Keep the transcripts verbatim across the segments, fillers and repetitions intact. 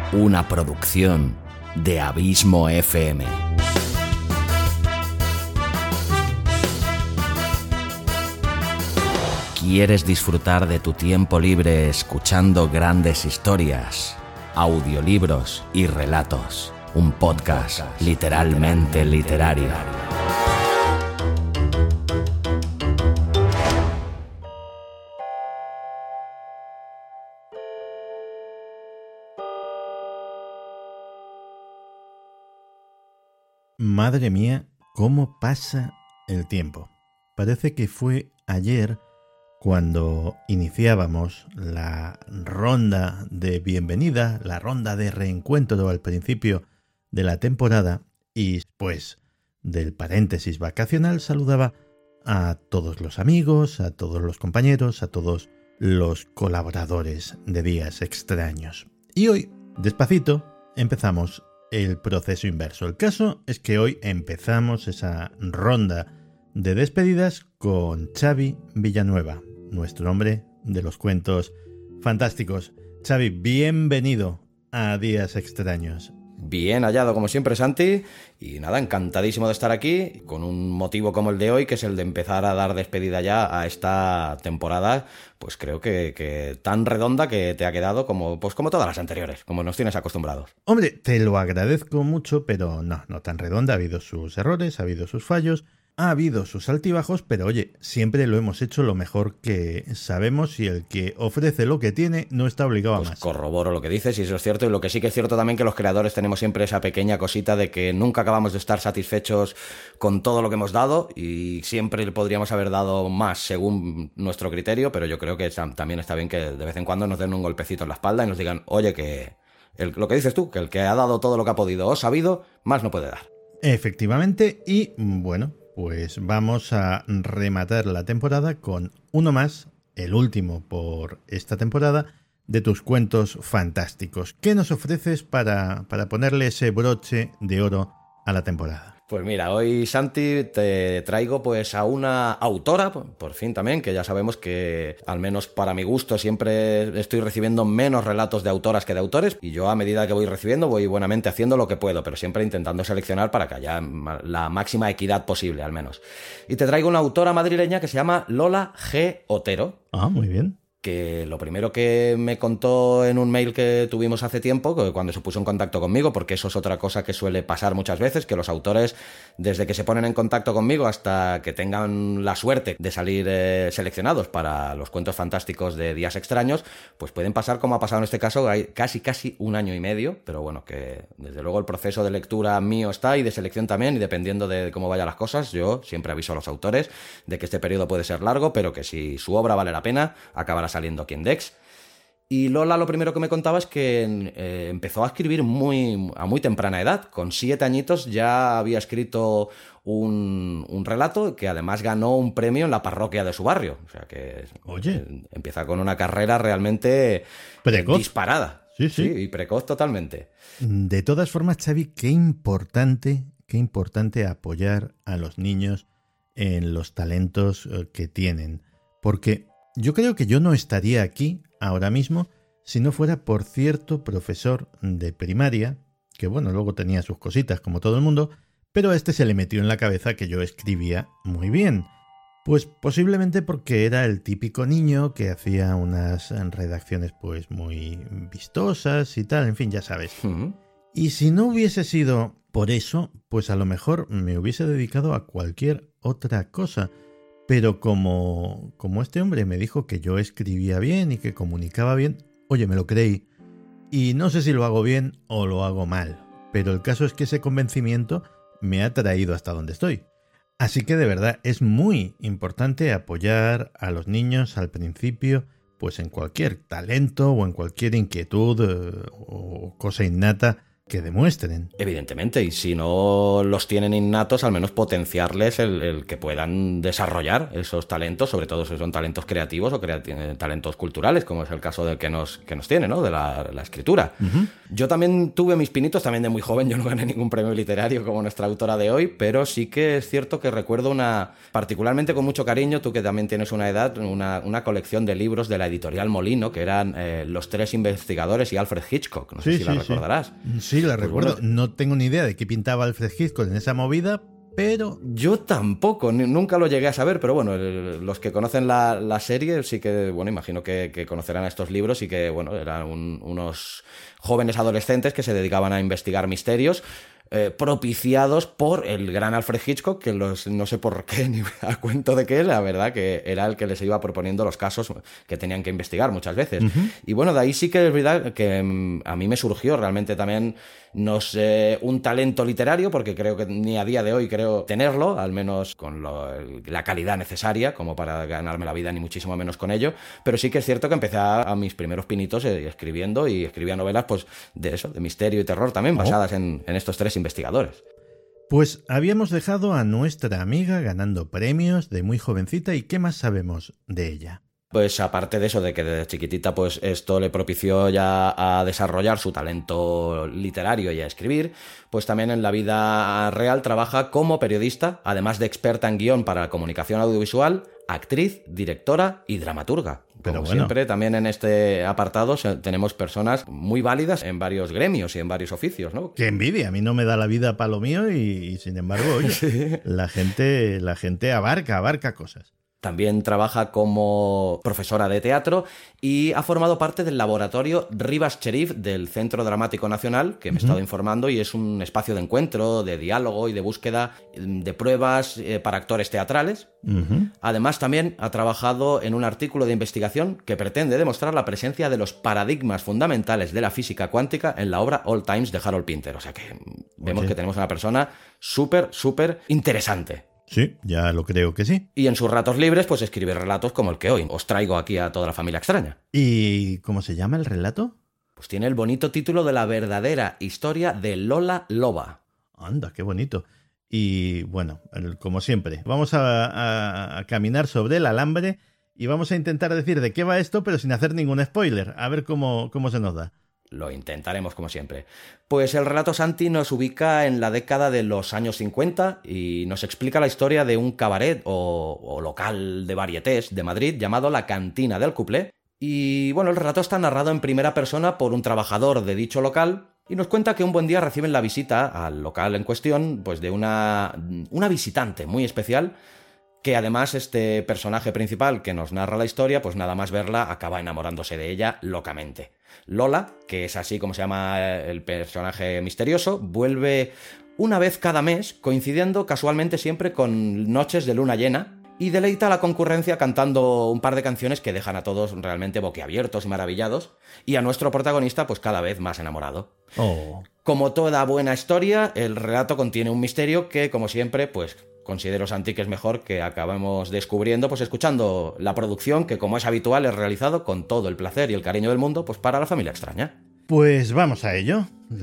una producción de Abismo F M. ¿Quieres disfrutar de tu tiempo libre escuchando grandes historias, audiolibros y relatos? Un podcast literalmente literario. Madre mía, cómo pasa el tiempo. Parece que fue ayer cuando iniciábamos la ronda de bienvenida, la ronda de reencuentro al principio de la temporada, y después del paréntesis vacacional saludaba a todos los amigos, a todos los compañeros, a todos los colaboradores de Días Extraños. Y hoy, despacito, empezamos el proceso inverso. El caso es que hoy empezamos esa ronda de despedidas con Xavi Villanueva, nuestro hombre de los cuentos fantásticos. Xavi, bienvenido a Días Extraños. Bien hallado como siempre, Santi, y nada, encantadísimo de estar aquí con un motivo como el de hoy, que es el de empezar a dar despedida ya a esta temporada, pues creo que, que tan redonda que te ha quedado como, pues como todas las anteriores, como nos tienes acostumbrados. Hombre, te lo agradezco mucho, pero no, no tan redonda. Ha habido sus errores, ha habido sus fallos, ha habido sus altibajos, pero oye, siempre lo hemos hecho lo mejor que sabemos y el que ofrece lo que tiene no está obligado a pues más. Corroboro lo que dices y eso es cierto, y lo que sí que es cierto también que los creadores tenemos siempre esa pequeña cosita de que nunca acabamos de estar satisfechos con todo lo que hemos dado y siempre podríamos haber dado más según nuestro criterio, pero yo creo que también está bien que de vez en cuando nos den un golpecito en la espalda y nos digan, oye, que el, lo que dices tú, que el que ha dado todo lo que ha podido o sabido, más no puede dar. Efectivamente, y bueno, pues vamos a rematar la temporada con uno más, el último por esta temporada, de tus cuentos fantásticos. ¿Qué nos ofreces para, para ponerle ese broche de oro a la temporada? Pues mira, hoy, Santi, te traigo pues a una autora, por fin también, que ya sabemos que, al menos para mi gusto, siempre estoy recibiendo menos relatos de autoras que de autores, y yo a medida que voy recibiendo voy buenamente haciendo lo que puedo, pero siempre intentando seleccionar para que haya la máxima equidad posible, al menos. Y te traigo una autora madrileña que se llama Lola G. Otero. Ah, muy bien. Que lo primero que me contó en un mail que tuvimos hace tiempo, cuando se puso en contacto conmigo, porque eso es otra cosa que suele pasar muchas veces, que los autores, desde que se ponen en contacto conmigo hasta que tengan la suerte de salir eh, seleccionados para los cuentos fantásticos de Días Extraños, pues pueden pasar, como ha pasado en este caso, hay casi casi un año y medio, pero bueno, que desde luego el proceso de lectura mío está y de selección también, y dependiendo de cómo vayan las cosas, yo siempre aviso a los autores de que este periodo puede ser largo, pero que si su obra vale la pena, acabará saliendo aquí en Dex. Y Lola lo primero que me contaba es que eh, empezó a escribir muy, a muy temprana edad. Con siete añitos ya había escrito un, un relato que además ganó un premio en la parroquia de su barrio. O sea que Oye. Eh, empieza con una carrera realmente precoz. Disparada. Sí, sí. Sí, y precoz totalmente. De todas formas, Xavi, qué importante, qué importante apoyar a los niños en los talentos que tienen. Porque yo creo que yo no estaría aquí ahora mismo si no fuera por cierto profesor de primaria, que bueno, luego tenía sus cositas como todo el mundo, pero a este se le metió en la cabeza que yo escribía muy bien. Pues posiblemente porque era el típico niño que hacía unas redacciones pues muy vistosas y tal, en fin, ya sabes. Uh-huh. Y si no hubiese sido por eso, pues a lo mejor me hubiese dedicado a cualquier otra cosa. Pero como, como este hombre me dijo que yo escribía bien y que comunicaba bien, oye, me lo creí. Y no sé si lo hago bien o lo hago mal, pero el caso es que ese convencimiento me ha traído hasta donde estoy. Así que de verdad es muy importante apoyar a los niños al principio, pues en cualquier talento o en cualquier inquietud eh, o cosa innata que demuestren. Evidentemente, y si no los tienen innatos, al menos potenciarles el, el que puedan desarrollar esos talentos, sobre todo si son talentos creativos o creati- talentos culturales, como es el caso del que nos, que nos tiene, ¿no? De la, la escritura. Uh-huh. Yo también tuve mis pinitos, también de muy joven, yo no gané ningún premio literario como nuestra autora de hoy, pero sí que es cierto que recuerdo una, particularmente con mucho cariño, tú que también tienes una edad, una, una colección de libros de la editorial Molino, que eran eh, Los Tres Investigadores y Alfred Hitchcock, no sé sí, si sí, la recordarás. Sí. Sí, la pues recuerdo. Bueno, no tengo ni idea de qué pintaba Alfred Hitchcock en esa movida, pero... Yo tampoco, ni, nunca lo llegué a saber, pero bueno, el, los que conocen la, la serie sí que, bueno, imagino que, que conocerán estos libros y que, bueno, eran un, unos jóvenes adolescentes que se dedicaban a investigar misterios eh, propiciados por el gran Alfred Hitchcock, que los, no sé por qué ni a cuento de qué, la verdad que era el que les iba proponiendo los casos que tenían que investigar muchas veces. Uh-huh. Y bueno, de ahí sí que es verdad que um, a mí me surgió realmente también, no sé, un talento literario, porque creo que ni a día de hoy creo tenerlo, al menos con lo, la calidad necesaria como para ganarme la vida, ni muchísimo menos con ello, pero sí que es cierto que empecé a, a mis primeros pinitos eh, escribiendo y escribía novelas pues de eso, de misterio y terror también, oh. basadas en, en estos tres investigadores. Pues habíamos dejado a nuestra amiga ganando premios de muy jovencita, ¿y qué más sabemos de ella? Pues aparte de eso, de que desde chiquitita pues esto le propició ya a desarrollar su talento literario y a escribir, pues también en la vida real trabaja como periodista, además de experta en guión para comunicación audiovisual, actriz, directora y dramaturga. Pero como bueno. Siempre también en este apartado tenemos personas muy válidas en varios gremios y en varios oficios, ¿no? Qué envidia, a mí no me da la vida para lo mío y, y sin embargo, oye, sí. la gente, la gente abarca, abarca cosas. También trabaja como profesora de teatro y ha formado parte del laboratorio Rivas Cherif del Centro Dramático Nacional, que me he uh-huh. estado informando, y es un espacio de encuentro, de diálogo y de búsqueda de pruebas eh, para actores teatrales. Uh-huh. Además, también ha trabajado en un artículo de investigación que pretende demostrar la presencia de los paradigmas fundamentales de la física cuántica en la obra All Times de Harold Pinter. O sea que vemos Oye. que tenemos una persona súper, súper interesante. Sí, ya lo creo que sí. Y en sus ratos libres, pues escribe relatos como el que hoy os traigo aquí a toda la familia extraña. ¿Y cómo se llama el relato? Pues tiene el bonito título de La verdadera historia de Lola Loba. Anda, qué bonito. Y bueno, como siempre, vamos a, a, a caminar sobre el alambre y vamos a intentar decir de qué va esto, pero sin hacer ningún spoiler. A ver cómo, cómo se nos da. Lo intentaremos, como siempre. Pues el relato, Santi, nos ubica en la década de los años cincuenta y nos explica la historia de un cabaret o, o local de varietés de Madrid llamado La Cantina del Cuplé. Y bueno, el relato está narrado en primera persona por un trabajador de dicho local y nos cuenta que un buen día reciben la visita al local en cuestión pues de una, una visitante muy especial, que además este personaje principal que nos narra la historia, pues nada más verla acaba enamorándose de ella locamente. Lola, que es así como se llama el personaje misterioso, vuelve una vez cada mes, coincidiendo casualmente siempre con noches de luna llena, y deleita a la concurrencia cantando un par de canciones que dejan a todos realmente boquiabiertos y maravillados, y a nuestro protagonista pues cada vez más enamorado. Oh. Como toda buena historia, el relato contiene un misterio que, como siempre, pues considero, Santi, que es mejor que acabemos descubriendo, pues escuchando la producción que, como es habitual, es realizado con todo el placer y el cariño del mundo, pues para la familia extraña. Pues vamos a ello.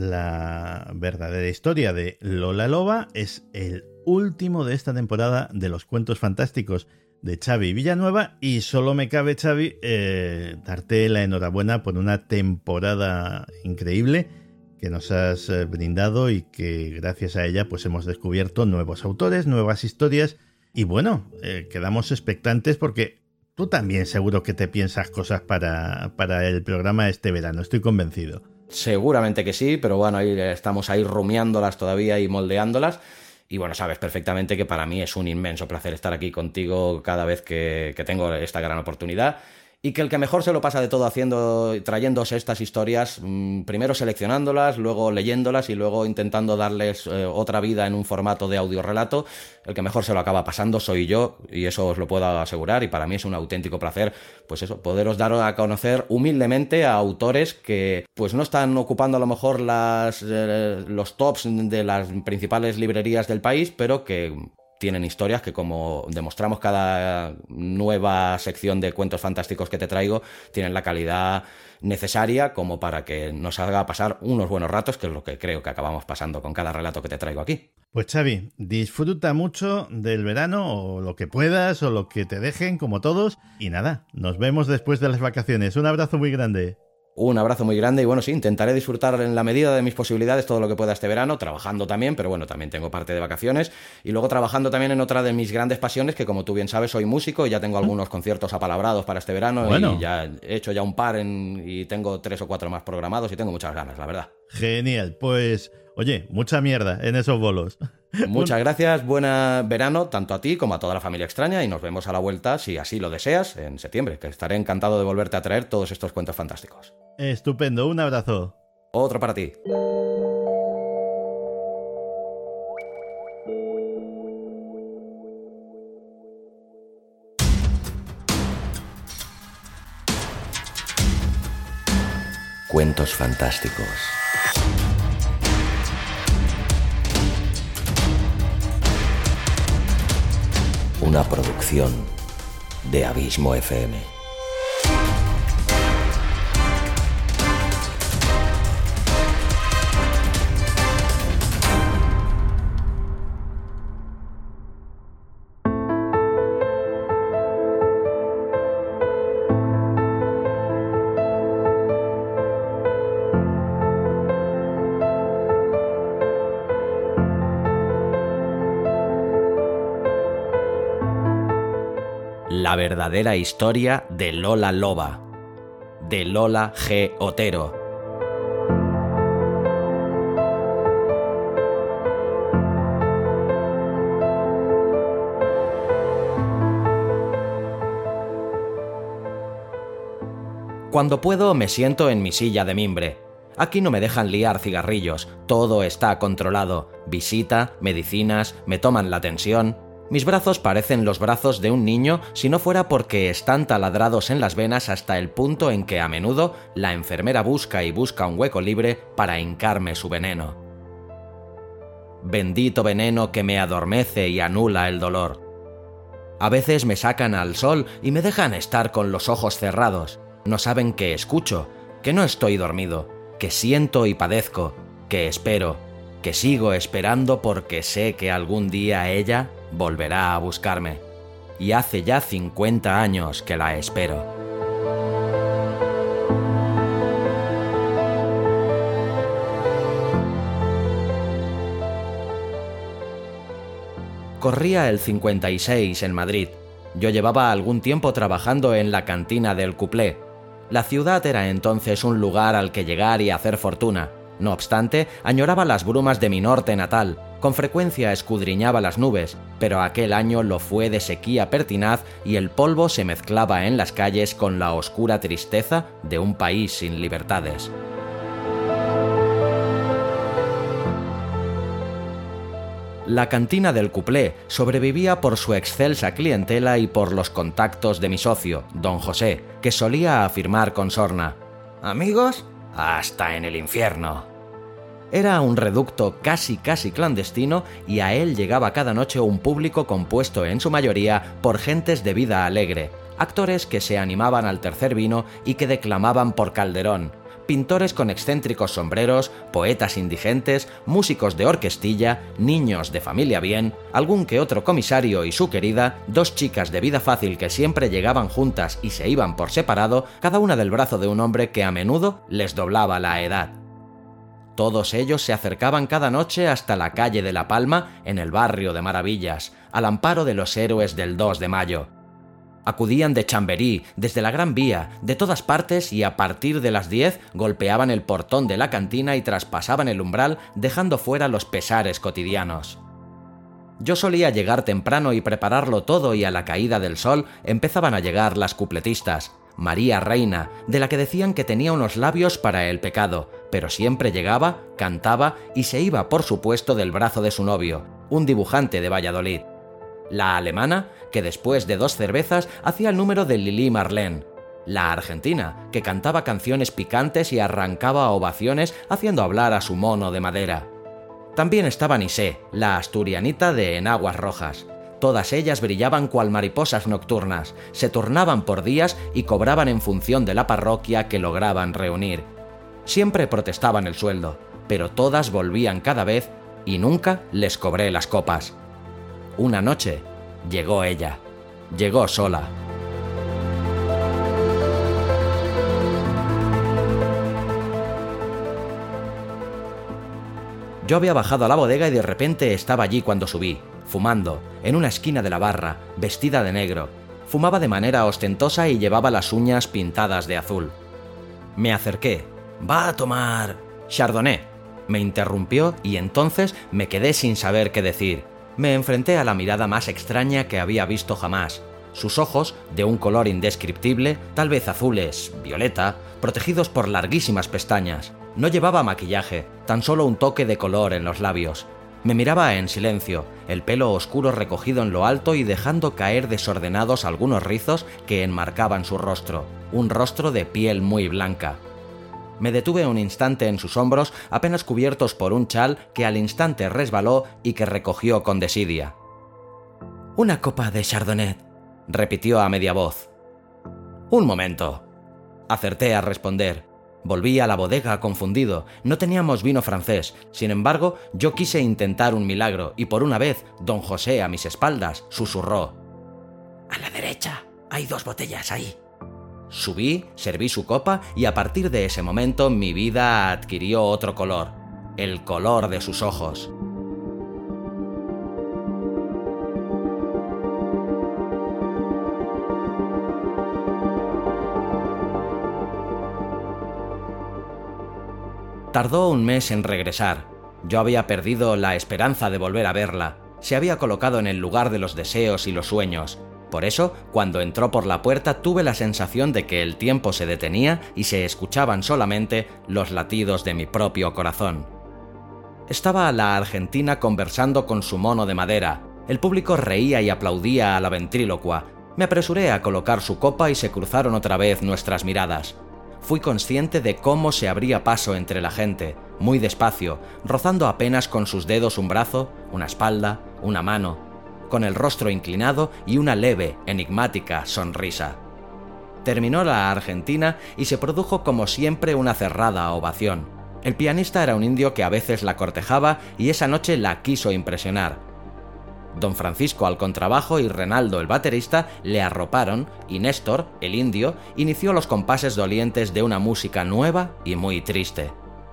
La verdadera historia de Lola Loba es el último de esta temporada de los cuentos fantásticos de Xavi Villanueva y solo me cabe, Xavi, eh, darte la enhorabuena por una temporada increíble que nos has brindado y que gracias a ella pues hemos descubierto nuevos autores, nuevas historias y bueno, eh, quedamos expectantes porque tú también seguro que te piensas cosas para, para el programa este verano, estoy convencido. Seguramente que sí, pero bueno, ahí estamos ahí rumiándolas todavía y moldeándolas. Y bueno, sabes perfectamente que para mí es un inmenso placer estar aquí contigo cada vez que, que tengo esta gran oportunidad. Y que el que mejor se lo pasa de todo haciendo, trayéndose estas historias, mmm, primero seleccionándolas, luego leyéndolas y luego intentando darles eh, otra vida en un formato de audiorelato, el que mejor se lo acaba pasando soy yo, y eso os lo puedo asegurar, y para mí es un auténtico placer, pues eso, poderos dar a conocer humildemente a autores que pues no están ocupando a lo mejor las, eh, los tops de las principales librerías del país, pero que tienen historias que, como demostramos cada nueva sección de cuentos fantásticos que te traigo, tienen la calidad necesaria como para que nos haga pasar unos buenos ratos, que es lo que creo que acabamos pasando con cada relato que te traigo aquí. Pues Xavi, disfruta mucho del verano, o lo que puedas, o lo que te dejen, como todos. Y nada, nos vemos después de las vacaciones. Un abrazo muy grande. Un abrazo muy grande y bueno, sí, intentaré disfrutar en la medida de mis posibilidades todo lo que pueda este verano, trabajando también, pero bueno, también tengo parte de vacaciones y luego trabajando también en otra de mis grandes pasiones, que como tú bien sabes, soy músico y ya tengo algunos conciertos apalabrados para este verano. Bueno. Y ya he hecho ya un par en, y tengo tres o cuatro más programados y tengo muchas ganas, la verdad. Genial, pues oye, mucha mierda en esos bolos. Muchas gracias, buen verano tanto a ti como a toda la familia extraña y nos vemos a la vuelta, si así lo deseas, en septiembre, que estaré encantado de volverte a traer todos estos cuentos fantásticos. Estupendo, un abrazo. Otro para ti. Cuentos fantásticos. Una producción de Abismo F M. La verdadera historia de Lola Loba, de Lola G. Otero. Cuando puedo me siento en mi silla de mimbre. Aquí no me dejan liar cigarrillos, todo está controlado. Visita, medicinas, me toman la tensión. Mis brazos parecen los brazos de un niño si no fuera porque están taladrados en las venas hasta el punto en que a menudo la enfermera busca y busca un hueco libre para hincarme su veneno. Bendito veneno que me adormece y anula el dolor. A veces me sacan al sol y me dejan estar con los ojos cerrados. No saben que escucho, que no estoy dormido, que siento y padezco, que espero, que sigo esperando porque sé que algún día ella volverá a buscarme. Y hace ya cincuenta años que la espero. Corría el cincuenta y seis en Madrid. Yo llevaba algún tiempo trabajando en la cantina del Cuplé. La ciudad era entonces un lugar al que llegar y hacer fortuna. No obstante, añoraba las brumas de mi norte natal. Con frecuencia escudriñaba las nubes, pero aquel año lo fue de sequía pertinaz y el polvo se mezclaba en las calles con la oscura tristeza de un país sin libertades. La cantina del Cuplé sobrevivía por su excelsa clientela y por los contactos de mi socio, don José, que solía afirmar con sorna: «Amigos, hasta en el infierno». Era un reducto casi casi clandestino y a él llegaba cada noche un público compuesto en su mayoría por gentes de vida alegre, actores que se animaban al tercer vino y que declamaban por Calderón, pintores con excéntricos sombreros, poetas indigentes, músicos de orquestilla, niños de familia bien, algún que otro comisario y su querida, dos chicas de vida fácil que siempre llegaban juntas y se iban por separado, cada una del brazo de un hombre que a menudo les doblaba la edad. Todos ellos se acercaban cada noche hasta la calle de La Palma, en el barrio de Maravillas, al amparo de los héroes del dos de mayo. Acudían de Chamberí, desde la Gran Vía, de todas partes y a partir de las diez golpeaban el portón de la cantina y traspasaban el umbral dejando fuera los pesares cotidianos. Yo solía llegar temprano y prepararlo todo y a la caída del sol empezaban a llegar las cupletistas. María Reina, de la que decían que tenía unos labios para el pecado, pero siempre llegaba, cantaba y se iba por supuesto del brazo de su novio, un dibujante de Valladolid. La alemana, que después de dos cervezas hacía el número de Lili Marlene. La argentina, que cantaba canciones picantes y arrancaba ovaciones haciendo hablar a su mono de madera. También estaba Nisé, la asturianita de Enaguas Rojas. Todas ellas brillaban cual mariposas nocturnas, se turnaban por días y cobraban en función de la parroquia que lograban reunir. Siempre protestaban el sueldo, pero todas volvían cada vez y nunca les cobré las copas. Una noche llegó ella, llegó sola. Yo había bajado a la bodega y de repente estaba allí cuando subí, fumando, en una esquina de la barra, vestida de negro. Fumaba de manera ostentosa y llevaba las uñas pintadas de azul. Me acerqué. «Va a tomar Chardonnay», me interrumpió y entonces me quedé sin saber qué decir. Me enfrenté a la mirada más extraña que había visto jamás. Sus ojos, de un color indescriptible, tal vez azules, violeta, protegidos por larguísimas pestañas. No llevaba maquillaje, tan solo un toque de color en los labios. Me miraba en silencio, el pelo oscuro recogido en lo alto y dejando caer desordenados algunos rizos que enmarcaban su rostro, un rostro de piel muy blanca. Me detuve un instante en sus hombros, apenas cubiertos por un chal que al instante resbaló y que recogió con desidia. «Una copa de Chardonnay», repitió a media voz. «Un momento», acerté a responder. Volví a la bodega confundido. No teníamos vino francés. Sin embargo, yo quise intentar un milagro y por una vez, don José a mis espaldas susurró: «A la derecha, hay dos botellas ahí». Subí, serví su copa y a partir de ese momento mi vida adquirió otro color, el color de sus ojos. Tardó un mes en regresar. Yo había perdido la esperanza de volver a verla. Se había colocado en el lugar de los deseos y los sueños. Por eso, cuando entró por la puerta tuve la sensación de que el tiempo se detenía y se escuchaban solamente los latidos de mi propio corazón. Estaba la argentina conversando con su mono de madera. El público reía y aplaudía a la ventrílocua. Me apresuré a colocar su copa y se cruzaron otra vez nuestras miradas. Fui consciente de cómo se abría paso entre la gente, muy despacio, rozando apenas con sus dedos un brazo, una espalda, una mano, con el rostro inclinado y una leve, enigmática sonrisa. Terminó la argentina y se produjo como siempre una cerrada ovación. El pianista era un indio que a veces la cortejaba y esa noche la quiso impresionar. Don Francisco al contrabajo y Renaldo el baterista le arroparon y Néstor, el indio, inició los compases dolientes de una música nueva y muy triste.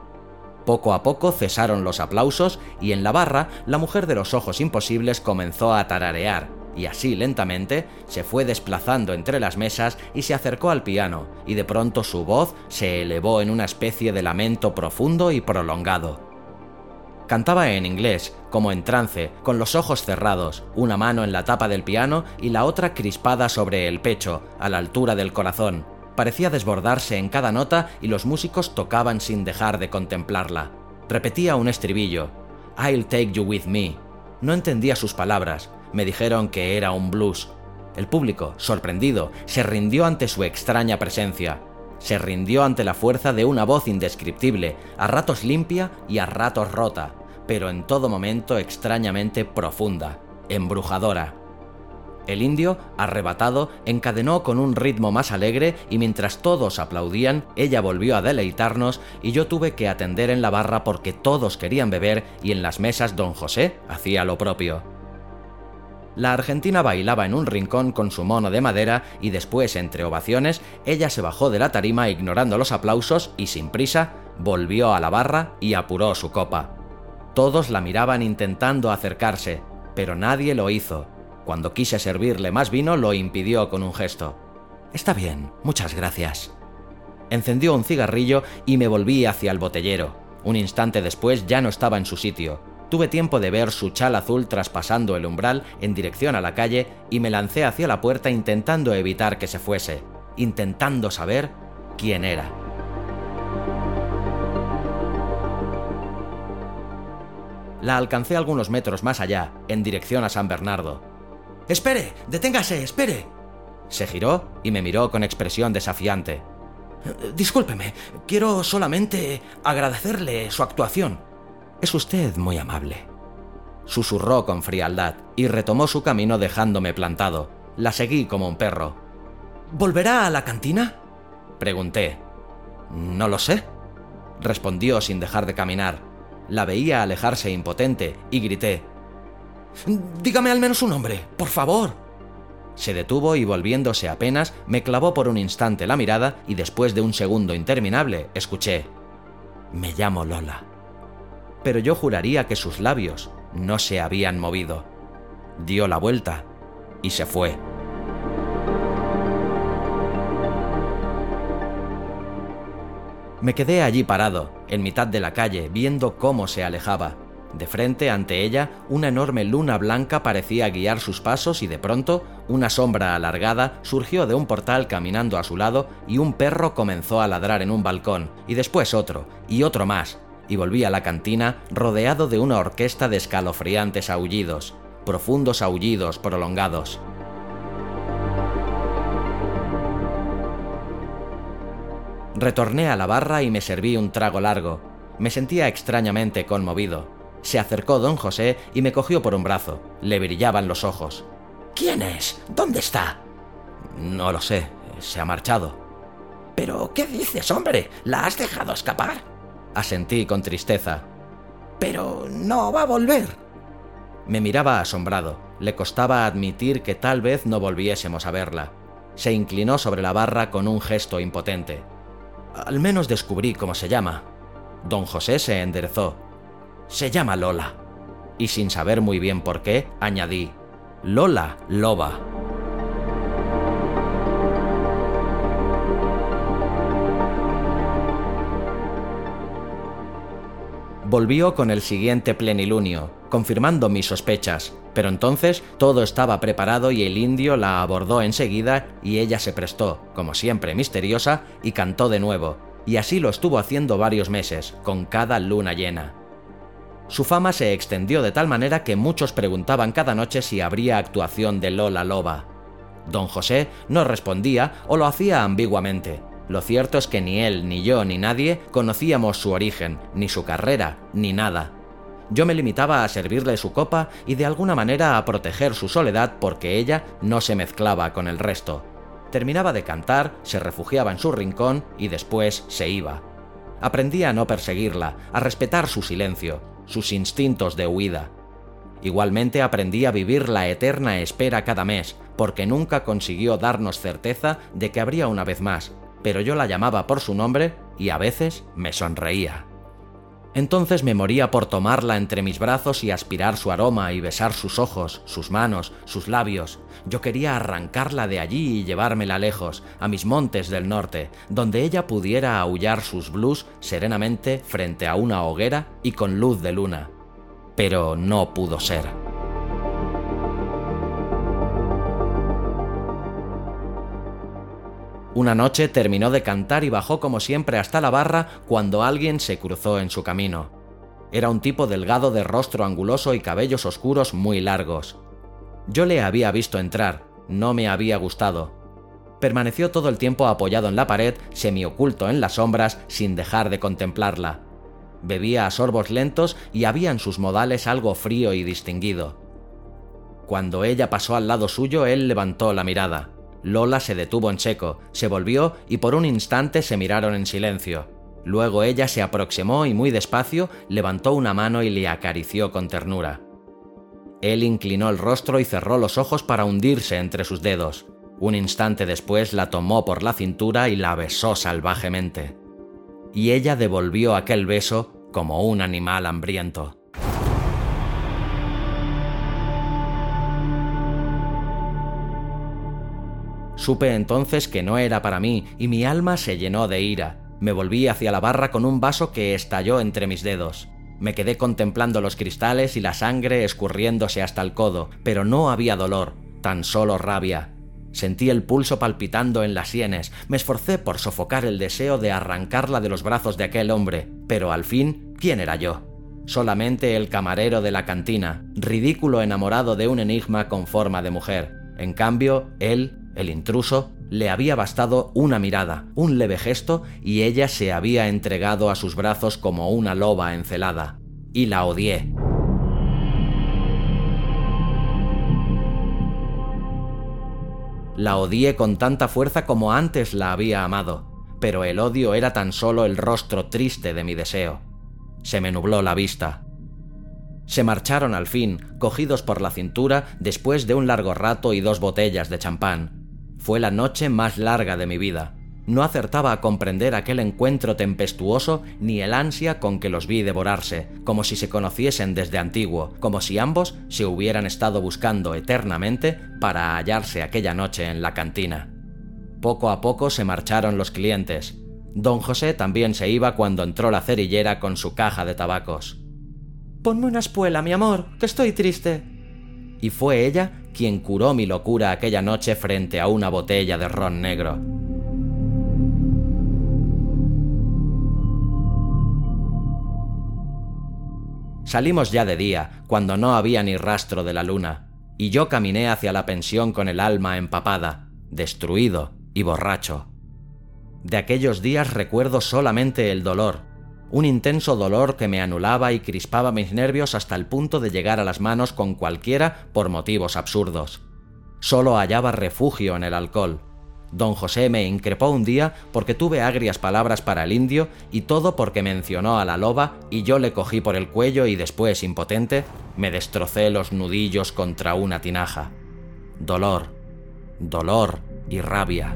Poco a poco cesaron los aplausos y en la barra la mujer de los ojos imposibles comenzó a tararear y así lentamente se fue desplazando entre las mesas y se acercó al piano y de pronto su voz se elevó en una especie de lamento profundo y prolongado. Cantaba en inglés, como en trance, con los ojos cerrados, una mano en la tapa del piano y la otra crispada sobre el pecho, a la altura del corazón. Parecía desbordarse en cada nota y los músicos tocaban sin dejar de contemplarla. Repetía un estribillo: «I'll take you with me». No entendía sus palabras, me dijeron que era un blues. El público, sorprendido, se rindió ante su extraña presencia. Se rindió ante la fuerza de una voz indescriptible, a ratos limpia y a ratos rota, pero en todo momento extrañamente profunda, embrujadora. El indio, arrebatado, encadenó con un ritmo más alegre y mientras todos aplaudían, ella volvió a deleitarnos y yo tuve que atender en la barra porque todos querían beber y en las mesas don José hacía lo propio. La argentina bailaba en un rincón con su mono de madera y después, entre ovaciones, ella se bajó de la tarima ignorando los aplausos y sin prisa volvió a la barra y apuró su copa. Todos la miraban intentando acercarse, pero nadie lo hizo. Cuando quise servirle más vino lo impidió con un gesto. «Está bien, muchas gracias». Encendió un cigarrillo y me volví hacia el botellero. Un instante después ya no estaba en su sitio. Tuve tiempo de ver su chal azul traspasando el umbral en dirección a la calle y me lancé hacia la puerta intentando evitar que se fuese, intentando saber quién era. La alcancé algunos metros más allá, en dirección a San Bernardo. «¡Espere! ¡Deténgase! ¡Espere!». Se giró y me miró con expresión desafiante. «Discúlpeme, quiero solamente agradecerle su actuación». «Es usted muy amable», susurró con frialdad y retomó su camino dejándome plantado. La seguí como un perro. «¿Volverá a la cantina?», pregunté. «No lo sé», respondió sin dejar de caminar. La veía alejarse impotente y grité: «Dígame al menos un nombre, por favor». Se detuvo y volviéndose apenas me clavó por un instante la mirada y después de un segundo interminable escuché: «Me llamo Lola». Pero yo juraría que sus labios no se habían movido. Dio la vuelta y se fue. Me quedé allí parado, en mitad de la calle, viendo cómo se alejaba. De frente, ante ella, una enorme luna blanca parecía guiar sus pasos y de pronto, una sombra alargada surgió de un portal caminando a su lado y un perro comenzó a ladrar en un balcón, y después otro, y otro más, y volví a la cantina rodeado de una orquesta de escalofriantes aullidos, profundos aullidos prolongados. Retorné a la barra y me serví un trago largo. Me sentía extrañamente conmovido. Se acercó don José y me cogió por un brazo. Le brillaban los ojos. «¿Quién es? ¿Dónde está?» «No lo sé. Se ha marchado». «¿Pero qué dices, hombre? ¿La has dejado escapar?» Asentí con tristeza. «Pero no va a volver». Me miraba asombrado. Le costaba admitir que tal vez no volviésemos a verla. Se inclinó sobre la barra con un gesto impotente. «Al menos descubrí cómo se llama». Don José se enderezó. «Se llama Lola». Y sin saber muy bien por qué, añadí: «Lola Loba». Volvió con el siguiente plenilunio, confirmando mis sospechas, pero entonces todo estaba preparado y el indio la abordó enseguida y ella se prestó, como siempre misteriosa, y cantó de nuevo, y así lo estuvo haciendo varios meses, con cada luna llena. Su fama se extendió de tal manera que muchos preguntaban cada noche si habría actuación de Lola Loba. Don José no respondía o lo hacía ambiguamente. Lo cierto es que ni él, ni yo, ni nadie conocíamos su origen, ni su carrera, ni nada. Yo me limitaba a servirle su copa y de alguna manera a proteger su soledad porque ella no se mezclaba con el resto. Terminaba de cantar, se refugiaba en su rincón y después se iba. Aprendí a no perseguirla, a respetar su silencio, sus instintos de huida. Igualmente aprendí a vivir la eterna espera cada mes, porque nunca consiguió darnos certeza de que habría una vez más, pero yo la llamaba por su nombre y a veces me sonreía. Entonces me moría por tomarla entre mis brazos y aspirar su aroma y besar sus ojos, sus manos, sus labios. Yo quería arrancarla de allí y llevármela lejos, a mis montes del norte, donde ella pudiera aullar sus blues serenamente frente a una hoguera y con luz de luna. Pero no pudo ser. Una noche terminó de cantar y bajó como siempre hasta la barra cuando alguien se cruzó en su camino. Era un tipo delgado de rostro anguloso y cabellos oscuros muy largos. Yo le había visto entrar, no me había gustado. Permaneció todo el tiempo apoyado en la pared, semioculto en las sombras, sin dejar de contemplarla. Bebía a sorbos lentos y había en sus modales algo frío y distinguido. Cuando ella pasó al lado suyo, él levantó la mirada. Lola se detuvo en seco, se volvió y por un instante se miraron en silencio. Luego ella se aproximó y muy despacio levantó una mano y le acarició con ternura. Él inclinó el rostro y cerró los ojos para hundirse entre sus dedos. Un instante después la tomó por la cintura y la besó salvajemente. Y ella devolvió aquel beso como un animal hambriento. Supe entonces que no era para mí y mi alma se llenó de ira. Me volví hacia la barra con un vaso que estalló entre mis dedos. Me quedé contemplando los cristales y la sangre escurriéndose hasta el codo, pero no había dolor, tan solo rabia. Sentí el pulso palpitando en las sienes, me esforcé por sofocar el deseo de arrancarla de los brazos de aquel hombre, pero al fin, ¿quién era yo? Solamente el camarero de la cantina, ridículo enamorado de un enigma con forma de mujer. En cambio, él, el intruso, le había bastado una mirada, un leve gesto, y ella se había entregado a sus brazos como una loba encelada. y la odié. La odié con tanta fuerza como antes la había amado, pero el odio era tan solo el rostro triste de mi deseo. Se me nubló la vista. Se marcharon al fin, cogidos por la cintura, después de un largo rato y dos botellas de champán. Fue la noche más larga de mi vida. No acertaba a comprender aquel encuentro tempestuoso ni el ansia con que los vi devorarse, como si se conociesen desde antiguo, como si ambos se hubieran estado buscando eternamente para hallarse aquella noche en la cantina. Poco a poco se marcharon los clientes. Don José también se iba cuando entró la cerillera con su caja de tabacos. «Ponme una espuela, mi amor, que estoy triste». Y fue ella quien curó mi locura aquella noche frente a una botella de ron negro. Salimos ya de día, cuando no había ni rastro de la luna, y yo caminé hacia la pensión con el alma empapada, destruido y borracho. De aquellos días recuerdo solamente el dolor, un intenso dolor que me anulaba y crispaba mis nervios hasta el punto de llegar a las manos con cualquiera por motivos absurdos. Solo hallaba refugio en el alcohol. Don José me increpó un día porque tuve agrias palabras para el indio y todo porque mencionó a la loba y yo le cogí por el cuello y después, impotente, me destrocé los nudillos contra una tinaja. Dolor, dolor y rabia.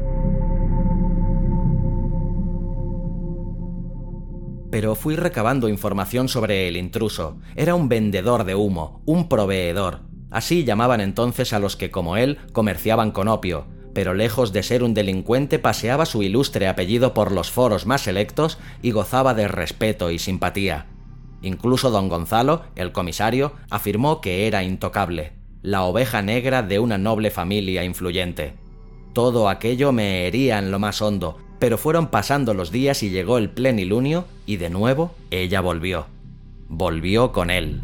Pero fui recabando información sobre el intruso. Era un vendedor de humo, un proveedor. Así llamaban entonces a los que, como él, comerciaban con opio, pero lejos de ser un delincuente paseaba su ilustre apellido por los foros más selectos y gozaba de respeto y simpatía. Incluso don Gonzalo, el comisario, afirmó que era intocable, la oveja negra de una noble familia influyente. Todo aquello me hería en lo más hondo, pero fueron pasando los días y llegó el plenilunio y de nuevo ella volvió. Volvió con él.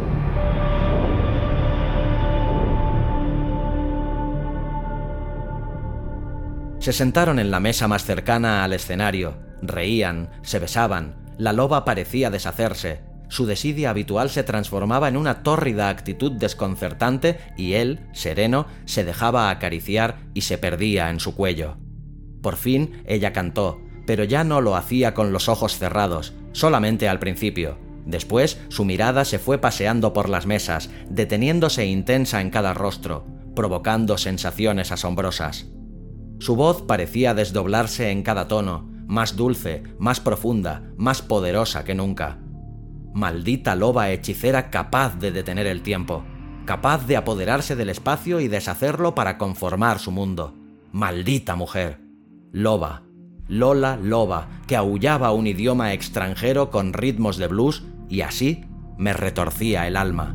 Se sentaron en la mesa más cercana al escenario, reían, se besaban, la loba parecía deshacerse, su desidia habitual se transformaba en una tórrida actitud desconcertante y él, sereno, se dejaba acariciar y se perdía en su cuello. Por fin ella cantó, pero ya no lo hacía con los ojos cerrados, solamente al principio. Después su mirada se fue paseando por las mesas, deteniéndose intensa en cada rostro, provocando sensaciones asombrosas. Su voz parecía desdoblarse en cada tono, más dulce, más profunda, más poderosa que nunca. Maldita loba hechicera capaz de detener el tiempo, capaz de apoderarse del espacio y deshacerlo para conformar su mundo. Maldita mujer. Loba, Lola Loba, que aullaba un idioma extranjero con ritmos de blues y así me retorcía el alma.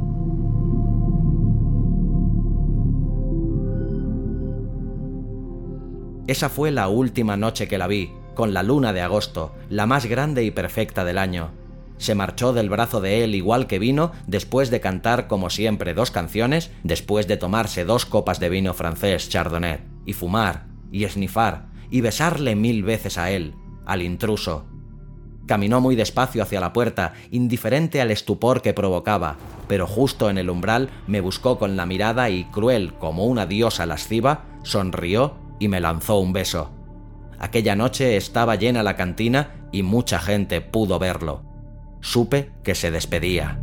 Esa fue la última noche que la vi, con la luna de agosto, la más grande y perfecta del año. Se marchó del brazo de él igual que vino, después de cantar como siempre dos canciones, después de tomarse dos copas de vino francés Chardonnay, y fumar, y esnifar, y besarle mil veces a él, al intruso. Caminó muy despacio hacia la puerta, indiferente al estupor que provocaba, pero justo en el umbral me buscó con la mirada y, cruel como una diosa lasciva, sonrió y me lanzó un beso. Aquella noche estaba llena la cantina y mucha gente pudo verlo. Supe que se despedía.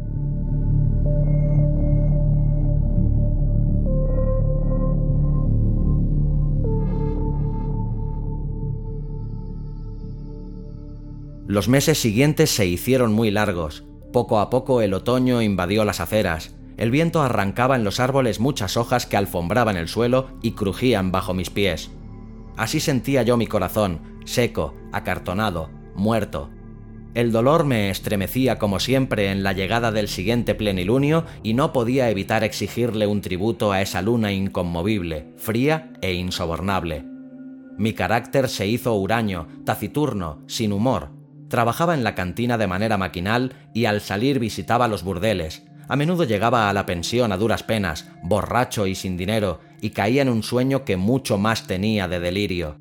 Los meses siguientes se hicieron muy largos. Poco a poco el otoño invadió las aceras. El viento arrancaba en los árboles muchas hojas que alfombraban el suelo y crujían bajo mis pies. Así sentía yo mi corazón, seco, acartonado, muerto. El dolor me estremecía como siempre en la llegada del siguiente plenilunio y no podía evitar exigirle un tributo a esa luna inconmovible, fría e insobornable. Mi carácter se hizo huraño, taciturno, sin humor. Trabajaba en la cantina de manera maquinal y al salir visitaba los burdeles. A menudo llegaba a la pensión a duras penas, borracho y sin dinero, y caía en un sueño que mucho más tenía de delirio.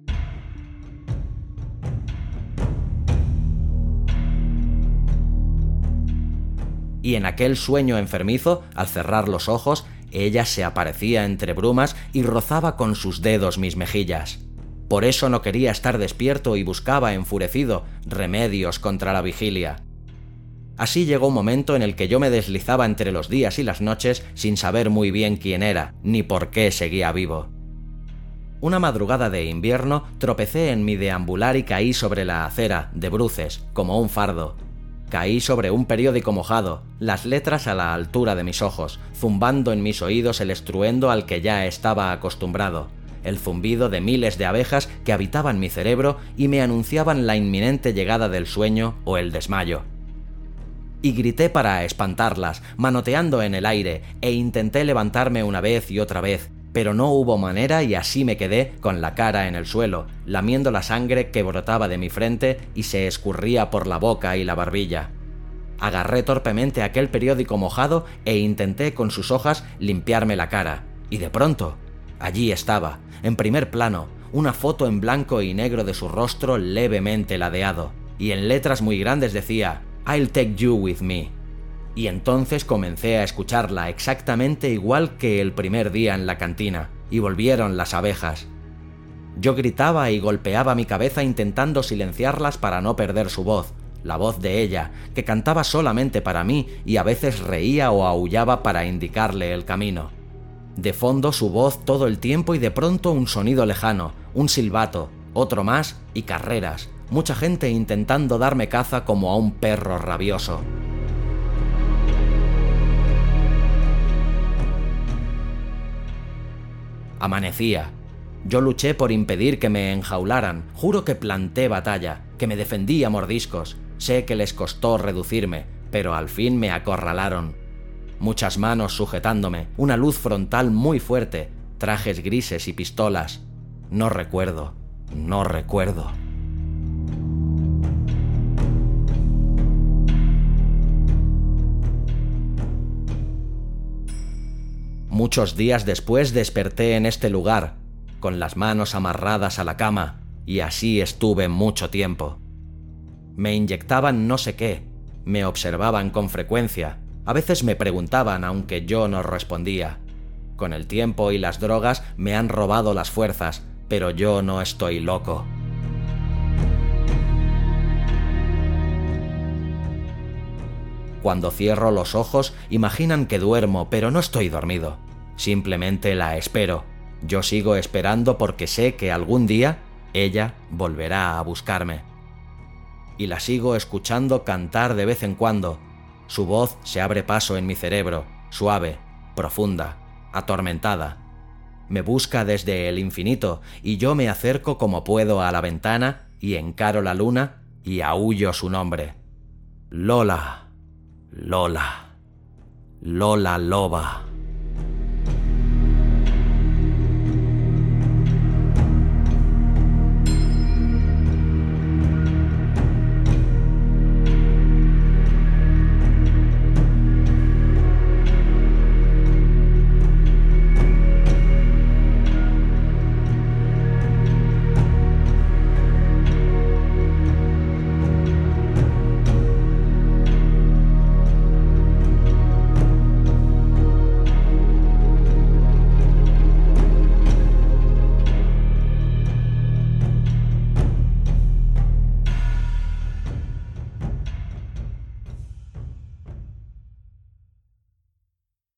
y en aquel sueño enfermizo, al cerrar los ojos, ella se aparecía entre brumas y rozaba con sus dedos mis mejillas. Por eso no quería estar despierto y buscaba, enfurecido, remedios contra la vigilia. Así llegó un momento en el que yo me deslizaba entre los días y las noches sin saber muy bien quién era, ni por qué seguía vivo. Una madrugada de invierno tropecé en mi deambular y caí sobre la acera, de bruces, como un fardo. Caí sobre un periódico mojado, las letras a la altura de mis ojos, zumbando en mis oídos el estruendo al que ya estaba acostumbrado, el zumbido de miles de abejas que habitaban mi cerebro y me anunciaban la inminente llegada del sueño o el desmayo. Y grité para espantarlas, manoteando en el aire, e intenté levantarme una vez y otra vez, pero no hubo manera y así me quedé con la cara en el suelo, lamiendo la sangre que brotaba de mi frente y se escurría por la boca y la barbilla. Agarré torpemente aquel periódico mojado e intenté con sus hojas limpiarme la cara, y de pronto, allí estaba, en primer plano, una foto en blanco y negro de su rostro levemente ladeado, y en letras muy grandes decía «I'll take you with me». Y entonces comencé a escucharla exactamente igual que el primer día en la cantina, y volvieron las abejas. Yo gritaba y golpeaba mi cabeza intentando silenciarlas para no perder su voz, la voz de ella, que cantaba solamente para mí y a veces reía o aullaba para indicarle el camino. De fondo su voz todo el tiempo y de pronto un sonido lejano, un silbato, otro más y carreras, mucha gente intentando darme caza como a un perro rabioso. Amanecía. Yo luché por impedir que me enjaularan, juro que planté batalla, que me defendí a mordiscos, sé que les costó reducirme, pero al fin me acorralaron. Muchas manos sujetándome, una luz frontal muy fuerte, trajes grises y pistolas. No recuerdo, no recuerdo. Muchos días después desperté en este lugar, con las manos amarradas a la cama, y así estuve mucho tiempo. Me inyectaban no sé qué, me observaban con frecuencia, a veces me preguntaban aunque yo no respondía. Con el tiempo y las drogas me han robado las fuerzas, pero yo no estoy loco. Cuando cierro los ojos, imaginan que duermo, pero no estoy dormido. Simplemente la espero. Yo sigo esperando porque sé que algún día ella volverá a buscarme. Y la sigo escuchando cantar de vez en cuando. Su voz se abre paso en mi cerebro, suave, profunda, atormentada. Me busca desde el infinito y yo me acerco como puedo a la ventana y encaro la luna y aúllo su nombre. Lola, Lola, Lola Loba.